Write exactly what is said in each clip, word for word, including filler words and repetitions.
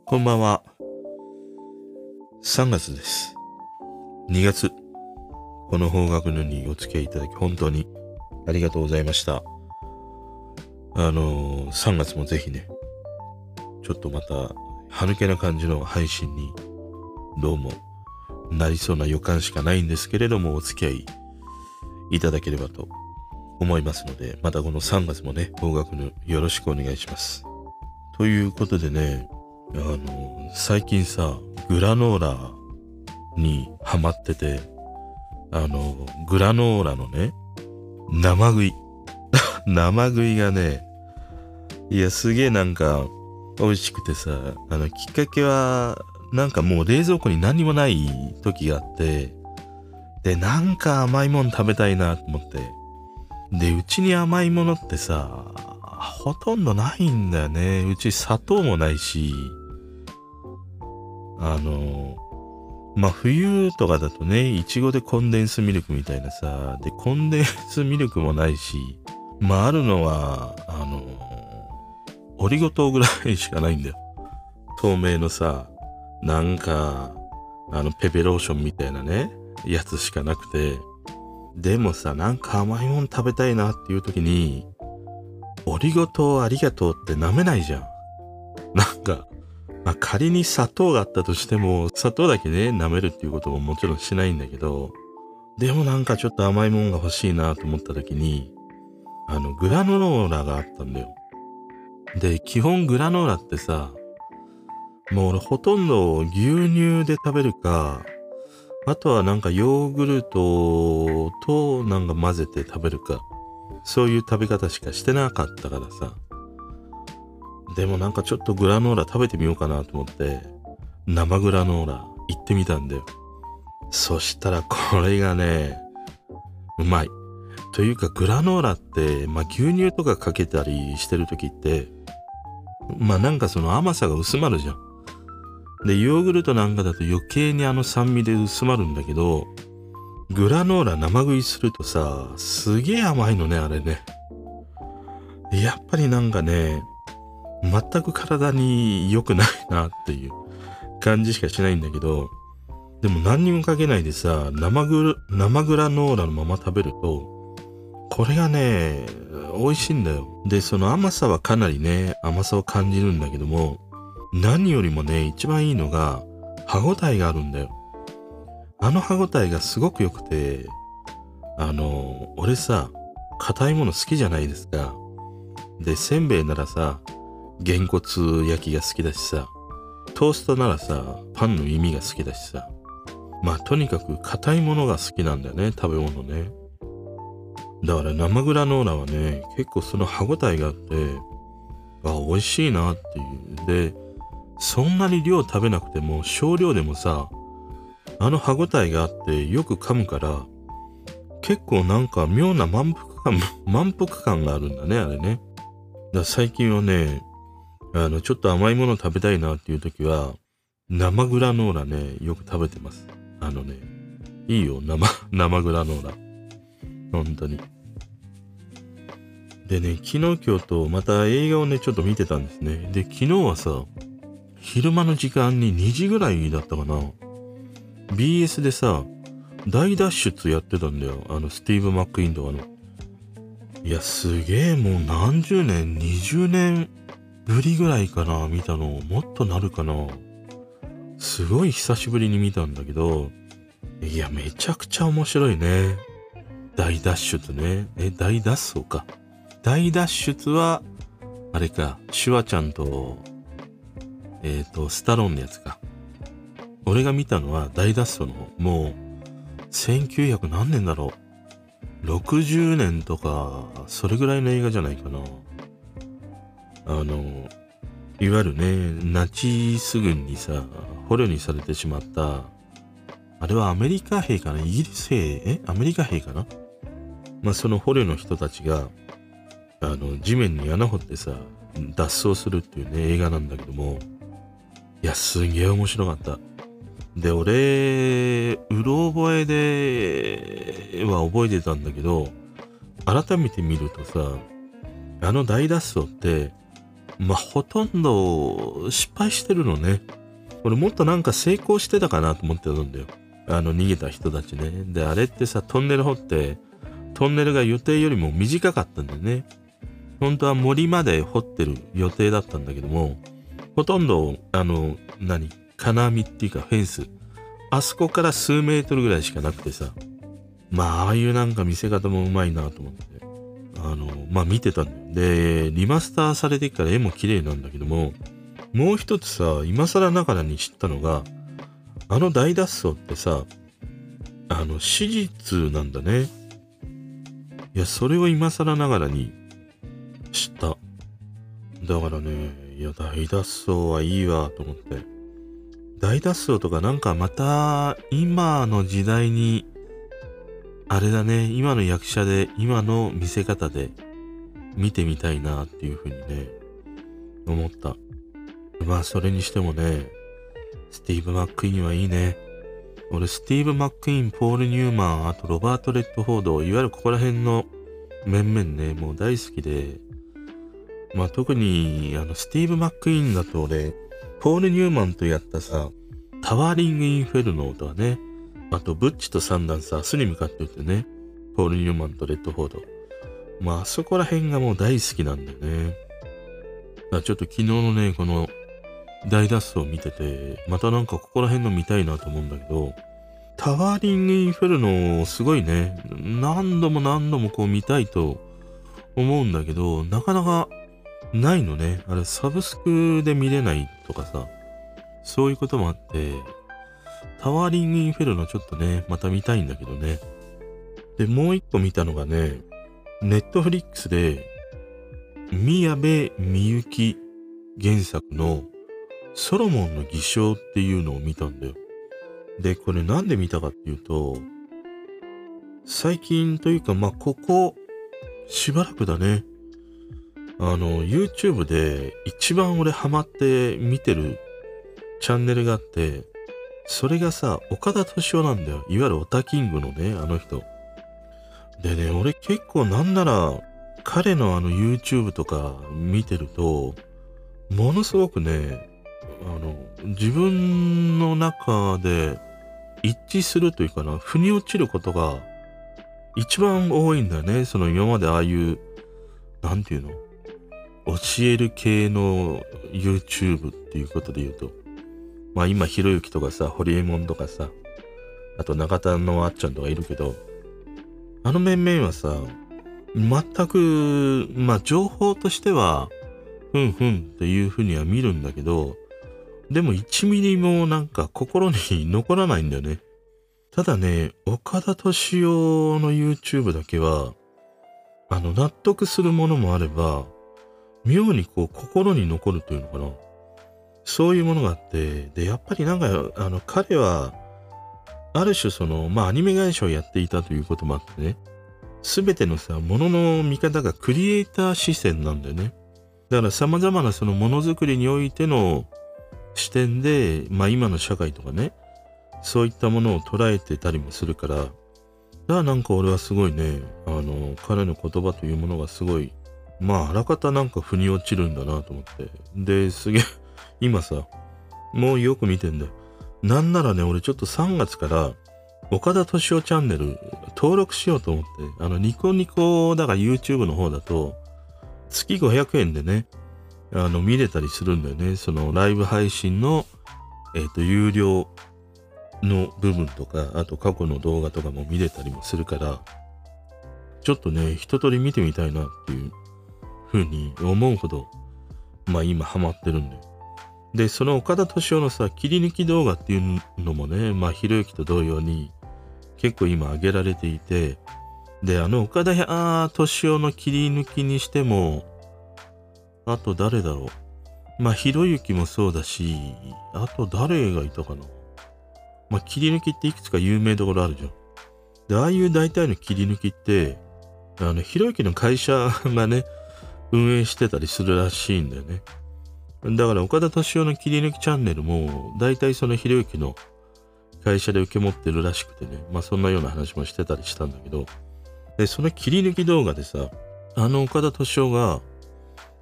こんばんは。さんがつです。にがつ、この邦楽のにお付き合いいただき本当にありがとうございました。あのー、さんがつもぜひね、ちょっとまた、歯抜けな感じの配信に、どうも、なりそうな予感しかないんですけれども、お付き合いいただければと思いますので、またこのさんがつもね、邦楽のよろしくお願いします。ということでね、あの、最近さ、グラノーラにハマってて、あの、グラノーラのね、生食い。生食いがね、いや、すげえなんか、美味しくてさ、あの、きっかけは、なんかもう冷蔵庫に何もない時があって、で、なんか甘いもの食べたいなと思って。で、うちに甘いものってさ、ほとんどないんだよね。うち砂糖もないし、あの、まあ、冬とかだとね、いちごでコンデンスミルクみたいなさ、で、コンデンスミルクもないし、まあ、あるのは、あの、オリゴ糖ぐらいしかないんだよ。透明のさ、なんか、あの、ペペローションみたいなね、やつしかなくて、でもさ、なんか甘いもの食べたいなっていう時に、オリゴ糖ありがとうって舐めないじゃん。なんか、まあ、仮に砂糖があったとしても、砂糖だけね、舐めるっていうことももちろんしないんだけど、でもなんかちょっと甘いもんが欲しいなと思った時に、あの、グラノーラがあったんだよ。で、基本グラノーラってさ、もう俺ほとんど牛乳で食べるか、あとはなんかヨーグルトとなんか混ぜて食べるか、そういう食べ方しかしてなかったからさ。でもなんかちょっとグラノーラ食べてみようかなと思って、生グラノーラ行ってみたんだよ。そしたらこれがね、うまい。というかグラノーラって、まあ牛乳とかかけたりしてる時って、まあなんかその甘さが薄まるじゃん。で、ヨーグルトなんかだと余計にあの酸味で薄まるんだけど、グラノーラ生食いするとさ、すげえ甘いのね、あれね。やっぱりなんかね、全く体に良くないなっていう感じしかしないんだけど、でも何にもかけないでさ、生グル、生グラノーラのまま食べると、これがね、美味しいんだよ。で、その甘さはかなりね、甘さを感じるんだけども、何よりもね、一番いいのが、歯ごたえがあるんだよ。あの歯ごたえがすごく良くて、あの、俺さ、硬いもの好きじゃないですか。で、せんべいならさ、げんこつ焼きが好きだしさ、トーストならさ、パンの耳が好きだしさ、まあとにかく硬いものが好きなんだよね、食べ物ね。だから生グラノーラはね、結構その歯ごたえがあって、あ、美味しいなっていう。で、そんなに量食べなくても少量でもさ、あの歯ごたえがあってよく噛むから、結構なんか妙な満腹感、満腹感があるんだね、あれね。だから最近はね、あの、ちょっと甘いもの食べたいなっていう時は、生グラノーラね、よく食べてます。あのね、いいよ、生、生グラノーラ。本当に。でね、昨日今日とまた映画をね、ちょっと見てたんですね。で、昨日はさ、昼間の時間ににじぐらいだったかな。ビーエス でさ、大脱出やってたんだよ。あの、スティーブ・マックインドあの。いや、すげえ、もう何十年、にじゅうねんぶりぐらいかな、見たの。もっとなるかな。すごい久しぶりに見たんだけど、いや、めちゃくちゃ面白いね。大脱出ね。え、大脱走か。大脱出は、あれか、シュワちゃんと、えっと、スタローンのやつか。俺が見たのは大脱走の方。もう、せんきゅうひゃく何年だろう。ろくじゅうねんとか、それぐらいの映画じゃないかな。あの、いわゆるね、ナチス軍にさ、捕虜にされてしまった、あれはアメリカ兵かな、イギリス兵、えアメリカ兵かな。まあ、その捕虜の人たちが、あの、地面に穴掘ってさ、脱走するっていうね、映画なんだけども、いや、すげえ面白かった。で、俺、うろ覚えでは覚えてたんだけど、改めて見るとさ、あの大脱走って、 まあほとんど失敗してるのね。俺もっとなんか成功してたかなと思ってたんだよ。あの逃げた人たちね。で、あれってさ、トンネル掘って、トンネルが予定よりも短かったんだよね。本当は森まで掘ってる予定だったんだけども、ほとんど、あの、何金網っていうかフェンス。あそこから数メートルぐらいしかなくてさ。まあ、ああいうなんか見せ方もうまいなと思って。あの、まあ見てたんだよ。で、リマスターされてから絵も綺麗なんだけども、もう一つさ、今更ながらに知ったのが、あの大脱走ってさ、あの、史実なんだね。いや、それを今更ながらに知った。だからね、いや、大脱走はいいわと思って。大脱走とかなんかまた、今の時代に、あれだね、今の役者で、今の見せ方で見てみたいなっていうふうにね、思った。まあ、それにしてもね、スティーブ・マック・イーンはいいね。俺、スティーブ・マック・イーン、ポール・ニューマン、あとロバート・レッドフォード、いわゆるここら辺の面々ね、もう大好きで、まあ特に、あの、スティーブ・マック・イーンだと俺、ポール・ニューマンとやったさ、タワーリング・インフェルノとかね、あと、ブッチとサンダンス、明日に向かってってね、ポール・ニューマンとレッドフォード。まあ、あそこら辺がもう大好きなんだよね。だからちょっと昨日のね、この大脱走を見てて、またなんかここら辺の見たいなと思うんだけど、タワーリング・インフェルノ、すごいね、何度も何度もこう見たいと思うんだけど、なかなかないのね。あれ、サブスクで見れないとかさ、そういうこともあって、タワーリング・インフェルノちょっとね、また見たいんだけどね。で、もう一個見たのがね、ネットフリックスで、宮部みゆき原作のソロモンの偽証っていうのを見たんだよ。で、これなんで見たかっていうと、最近というか、まあ、ここ、しばらくだね。あの、YouTube で一番俺ハマって見てるチャンネルがあって、それがさ、岡田敏夫なんだよ。いわゆるオタキングのね、あの人。でね、俺結構なんなら、彼のあの YouTube とか見てると、ものすごくね、あの、自分の中で一致するというかな、腑に落ちることが一番多いんだよね。その今までああいう、なんていうの教える系の YouTube っていうことで言うと。まあ今、ひろゆきとかさ、ホリエモンとかさ、あと中田のあっちゃんとかいるけど、あの面々はさ、全く、まあ情報としては、ふんふんっていうふうには見るんだけど、でもいちミリもなんか心に残らないんだよね。ただね、岡田敏夫の YouTube だけは、あの、納得するものもあれば、妙にこう心に残るというのかな。そういうものがあって、で、やっぱりなんか、あの、彼は、ある種その、まあアニメ会社をやっていたということもあってね、すべてのさ、ものの見方がクリエイター視線なんだよね。だから様々なそのものづくりにおいての視点で、まあ今の社会とかね、そういったものを捉えてたりもするから、だからなんか俺はすごいね、あの、彼の言葉というものがすごい、まああらかたなんか腑に落ちるんだなと思って。で、すげえ、今さ、もうよく見てんだよ。なんならね、俺ちょっとさんがつから、岡田敏夫チャンネル登録しようと思って、あの、ニコニコだから YouTube の方だと、月ごひゃくえんでね、あの、見れたりするんだよね。その、ライブ配信の、えっと、有料の部分とか、あと過去の動画とかも見れたりもするから、ちょっとね、一通り見てみたいなっていう風に思うほど、まあ今ハマってるんだよ。で、その岡田敏夫のさ、切り抜き動画っていうのもね、まあひろゆきと同様に結構今上げられていて、で、あの岡田敏夫の切り抜きにしても、あと誰だろう。まあひろゆきもそうだし、あと誰がいたかな。まあ切り抜きっていくつか有名どころあるじゃん。で、ああいう大体の切り抜きって、あの、ひろゆきの会社がね、運営してたりするらしいんだよね。だから岡田敏夫の切り抜きチャンネルも、大体そのひろゆきの会社で受け持ってるらしくてね、まあそんなような話もしてたりしたんだけど、で、その切り抜き動画でさ、あの岡田敏夫が、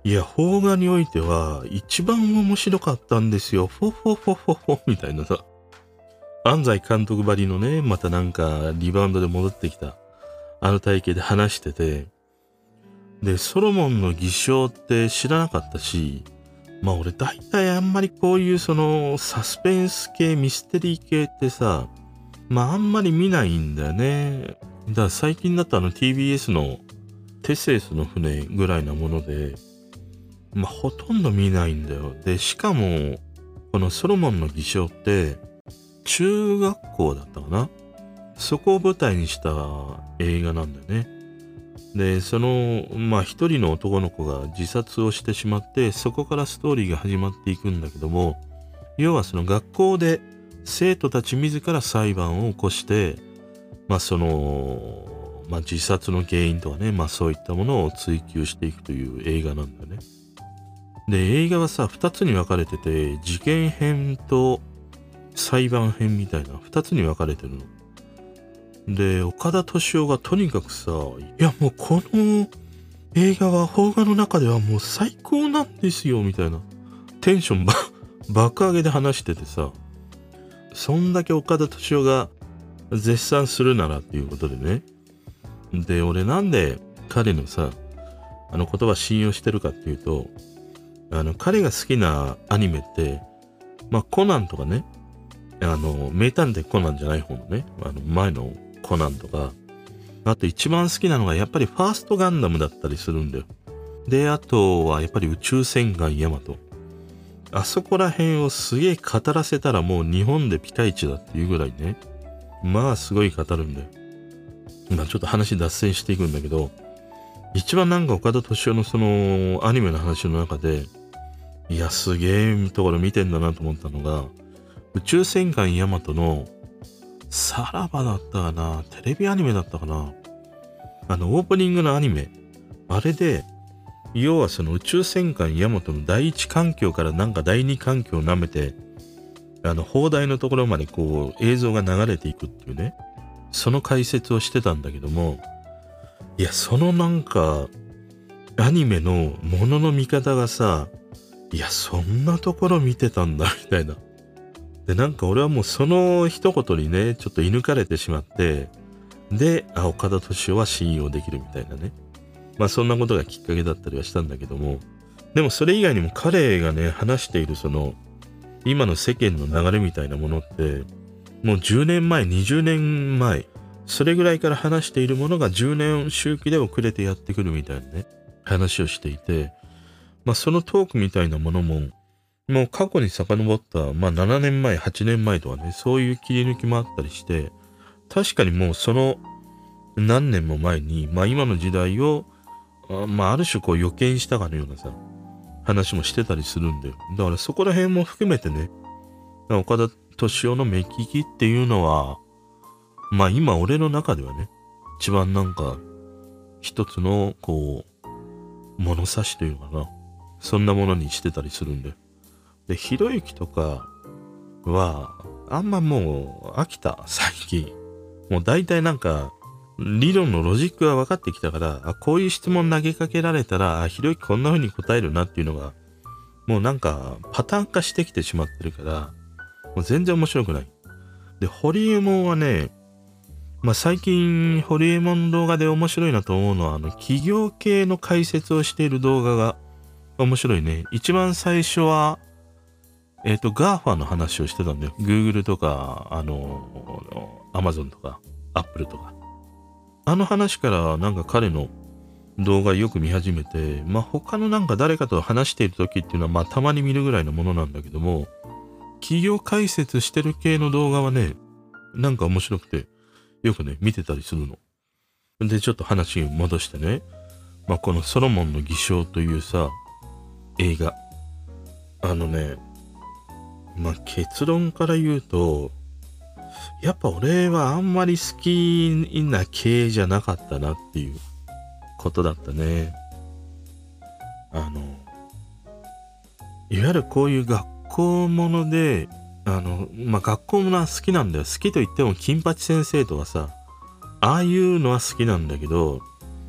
いや、邦画においては一番面白かったんですよ。フォフォフォフォフォみたいなさ。安西監督ばりのね、またなんかリバウンドで戻ってきた。あの体型で話してて。で、ソロモンの偽証って知らなかったし、まあ俺大体あんまりこういうそのサスペンス系、ミステリー系ってさ、まああんまり見ないんだよね。だから最近だとあの ティービーエス のテセウスの船ぐらいなもので、まあほとんど見ないんだよ。で、しかも、このソロモンの偽証って、中学校だったかな、そこを舞台にした映画なんだよね。で、その、まあ一人の男の子が自殺をしてしまって、そこからストーリーが始まっていくんだけども、要はその学校で生徒たち自ら裁判を起こして、まあその、まあ自殺の原因とかね、まあそういったものを追求していくという映画なんだよね。で、映画はさ、二つに分かれてて、事件編と裁判編みたいな二つに分かれてるの。で、岡田敏夫がとにかくさ、いやもうこの映画は邦画の中ではもう最高なんですよ、みたいな。テンションば爆上げで話しててさ、そんだけ岡田敏夫が絶賛するならっていうことでね。で、俺なんで彼のさ、あの言葉信用してるかっていうと、あの、彼が好きなアニメって、まあ、コナンとかね、あの、名探偵コナンじゃない方のね、あの、前のコナンとか、あと一番好きなのがやっぱりファーストガンダムだったりするんだよ。で、あとはやっぱり宇宙戦艦ヤマト。あそこら辺をすげえ語らせたらもう日本でピカイチだっていうぐらいね。まあすごい語るんだよ。まあちょっと話脱線していくんだけど、一番なんか岡田敏夫のそのアニメの話の中で、いやすげえところ見てんだなと思ったのが、宇宙戦艦ヤマトのさらばだったかな、テレビアニメだったかな、あのオープニングのアニメ、あれで要はその宇宙戦艦ヤマトの第一環境からなんか第二環境を舐めて、あの砲台のところまでこう映像が流れていくっていうね、その解説をしてたんだけども、いやそのなんかアニメのものの見方がさ、いやそんなところ見てたんだみたいな。でなんか俺はもうその一言にねちょっと射抜かれてしまって、であ岡田敏夫は信用できるみたいなね、まあそんなことがきっかけだったりはしたんだけども、でもそれ以外にも彼がね話しているその今の世間の流れみたいなものってもうじゅうねんまえにじゅうねんまえそれぐらいから話しているものがじゅうねん周期で遅れてやってくるみたいなね話をしていて、まあそのトークみたいなものももう過去に遡ったまあななねんまえはちねんまえとかね、そういう切り抜きもあったりして、確かにもうその何年も前にまあ今の時代をあまあある種こう予見したかのようなさ話もしてたりするんだよ。だからそこら辺も含めてね、岡田敏夫の目利きっていうのはまあ今俺の中ではね一番なんか一つのこう物差しというのかな、そんなものにしてたりするんだよ。でひろゆきとかはあんまもう飽きた最近。もう大体なんか理論のロジックが分かってきたから、あこういう質問投げかけられたらあひろゆきこんな風に答えるなっていうのがもうなんかパターン化してきてしまってるから、もう全然面白くない。でホリエモンはね、まあ最近ホリエモン動画で面白いなと思うのはあの企業系の解説をしている動画が面白いね。一番最初はえっと ガーファ の話をしてたんだよ。 Google とかあの Amazon とか Apple とか、あの話からなんか彼の動画よく見始めて、まあ他のなんか誰かと話している時っていうのはまあたまに見るぐらいのものなんだけども、企業解説してる系の動画はねなんか面白くてよくね見てたりするので、ちょっと話戻してね、まあこのソロモンの偽証というさ映画、あのねまあ結論から言うとやっぱ俺はあんまり好きな系じゃなかったなっていうことだったね。あのいわゆるこういう学校もので、あのまあ学校ものは好きなんだよ。好きと言っても金八先生とかさああいうのは好きなんだけど、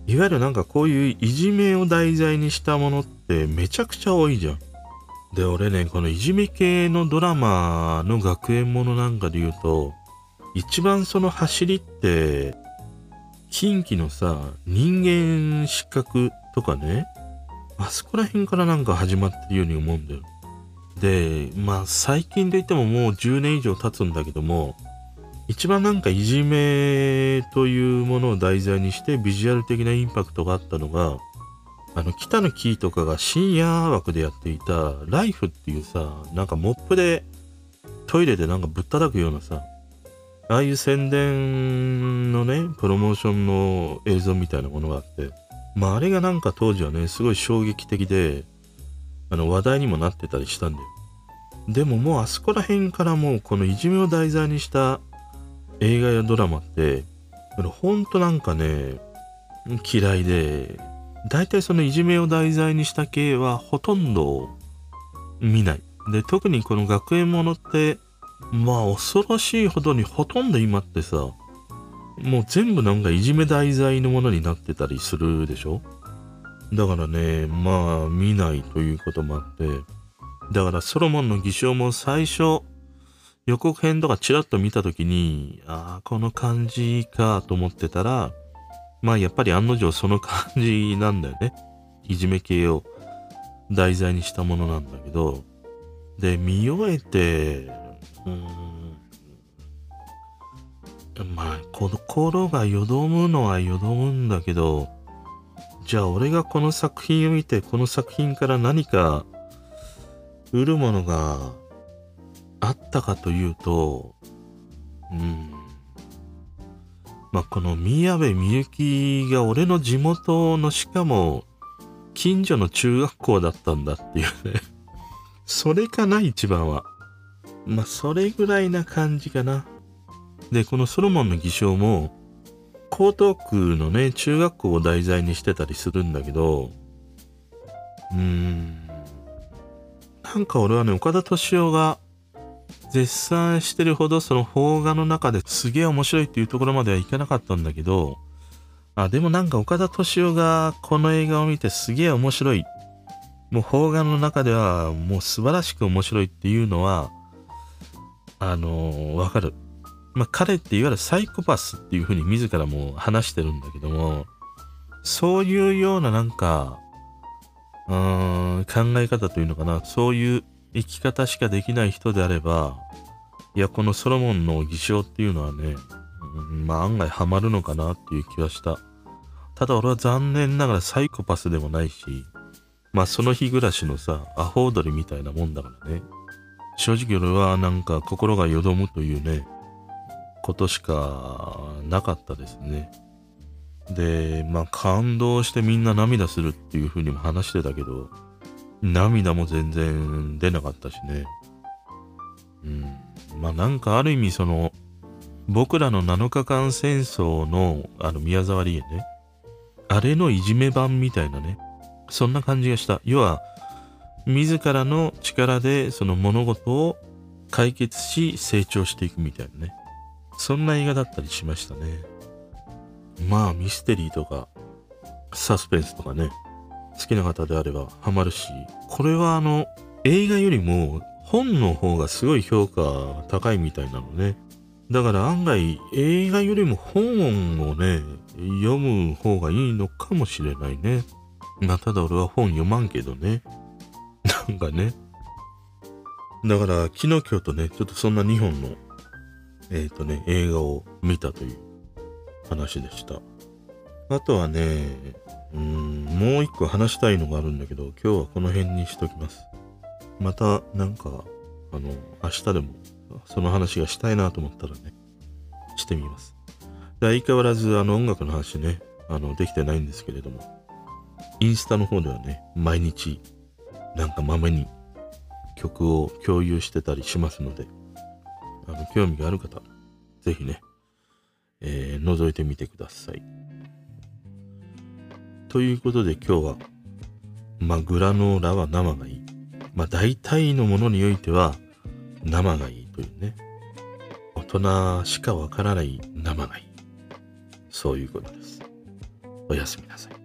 いわゆるなんかこういういじめを題材にしたものってめちゃくちゃ多いじゃん。で、俺ね、このいじめ系のドラマの学園ものなんかで言うと、一番その走りって、近畿のさ、人間失格とかね、あそこら辺からなんか始まってるように思うんだよ。で、まあ最近で言ってももうじゅうねん以上経つんだけども、一番なんかいじめというものを題材にしてビジュアル的なインパクトがあったのが、あの北野キーとかが深夜枠でやっていたライフっていうさ、なんかモップでトイレでなんかぶったたくようなさ、ああいう宣伝のね、プロモーションの映像みたいなものがあって、まああれがなんか当時はね、すごい衝撃的で、あの話題にもなってたりしたんだよ。でももうあそこら辺からもうこのいじめを題材にした映画やドラマって、ほんとなんかね、嫌いで、だいたいそのいじめを題材にした系はほとんど見ない。で、特にこの学園ものって、まあ恐ろしいほどにほとんど今ってさ、もう全部なんかいじめ題材のものになってたりするでしょ。だからね、まあ見ないということもあって、だからソロモンの偽証も最初予告編とかチラッと見たときに、ああ、この感じかと思ってたら、まあやっぱり案の定その感じなんだよね。いじめ系を題材にしたものなんだけど、で、見終えて、うーん、まあ心がよどむのはよどむんだけど、じゃあ俺がこの作品を見て、この作品から何か得るものがあったかというと、うん、まあこの宮部みゆきが俺の地元のしかも近所の中学校だったんだっていうね。それかな一番は。まあそれぐらいな感じかな。で、このソロモンの偽証も江東区のね、中学校を題材にしてたりするんだけど、うーん、なんか俺はね、岡田敏夫が絶賛してるほどその邦画の中ですげえ面白いっていうところまではいかなかったんだけど、あ、でもなんか岡田敏夫がこの映画を見てすげえ面白い。もう邦画の中ではもう素晴らしく面白いっていうのは、あのー、わかる。まあ、彼っていわゆるサイコパスっていう風に自らも話してるんだけども、そういうようななんか、うーん、考え方というのかな、そういう生き方しかできない人であれば、いや、このソロモンの偽証っていうのはね、うん、まあ案外ハマるのかなっていう気はした。ただ俺は残念ながらサイコパスでもないし、まあその日暮らしのさ、アホウドリみたいなもんだからね。正直俺はなんか心がよどむというね、ことしかなかったですね。で、まあ感動してみんな涙するっていう風にも話してたけど、涙も全然出なかったしね。うん。まあなんかある意味その、僕らのなのかかん戦争のあの宮沢りえね、あれのいじめ版みたいなね、そんな感じがした。要は、自らの力でその物事を解決し成長していくみたいなね。そんな映画だったりしましたね。まあミステリーとかサスペンスとかね、好きな方であればハマるし、これはあの映画よりも本の方がすごい評価高いみたいなのね。だから案外映画よりも本をね、読む方がいいのかもしれないね。まあただ俺は本読まんけどね。なんかね。だから昨日今日とね、ちょっとそんなにほんのえっとね、映画を見たという話でした。あとはね、うーん、もう一個話したいのがあるんだけど、今日はこの辺にしときます。またなんか、あの、明日でもその話がしたいなと思ったらね、してみます。で相変わらずあの音楽の話ね、あの、できてないんですけれども、インスタの方ではね、毎日、なんかまめに曲を共有してたりしますので、あの興味がある方、ぜひね、えー、覗いてみてください。ということで今日は、まあグラノーラは生がいい。まあ大体のものにおいては生がいいというね。大人しかわからない生がいい。そういうことです。 おやすみなさい。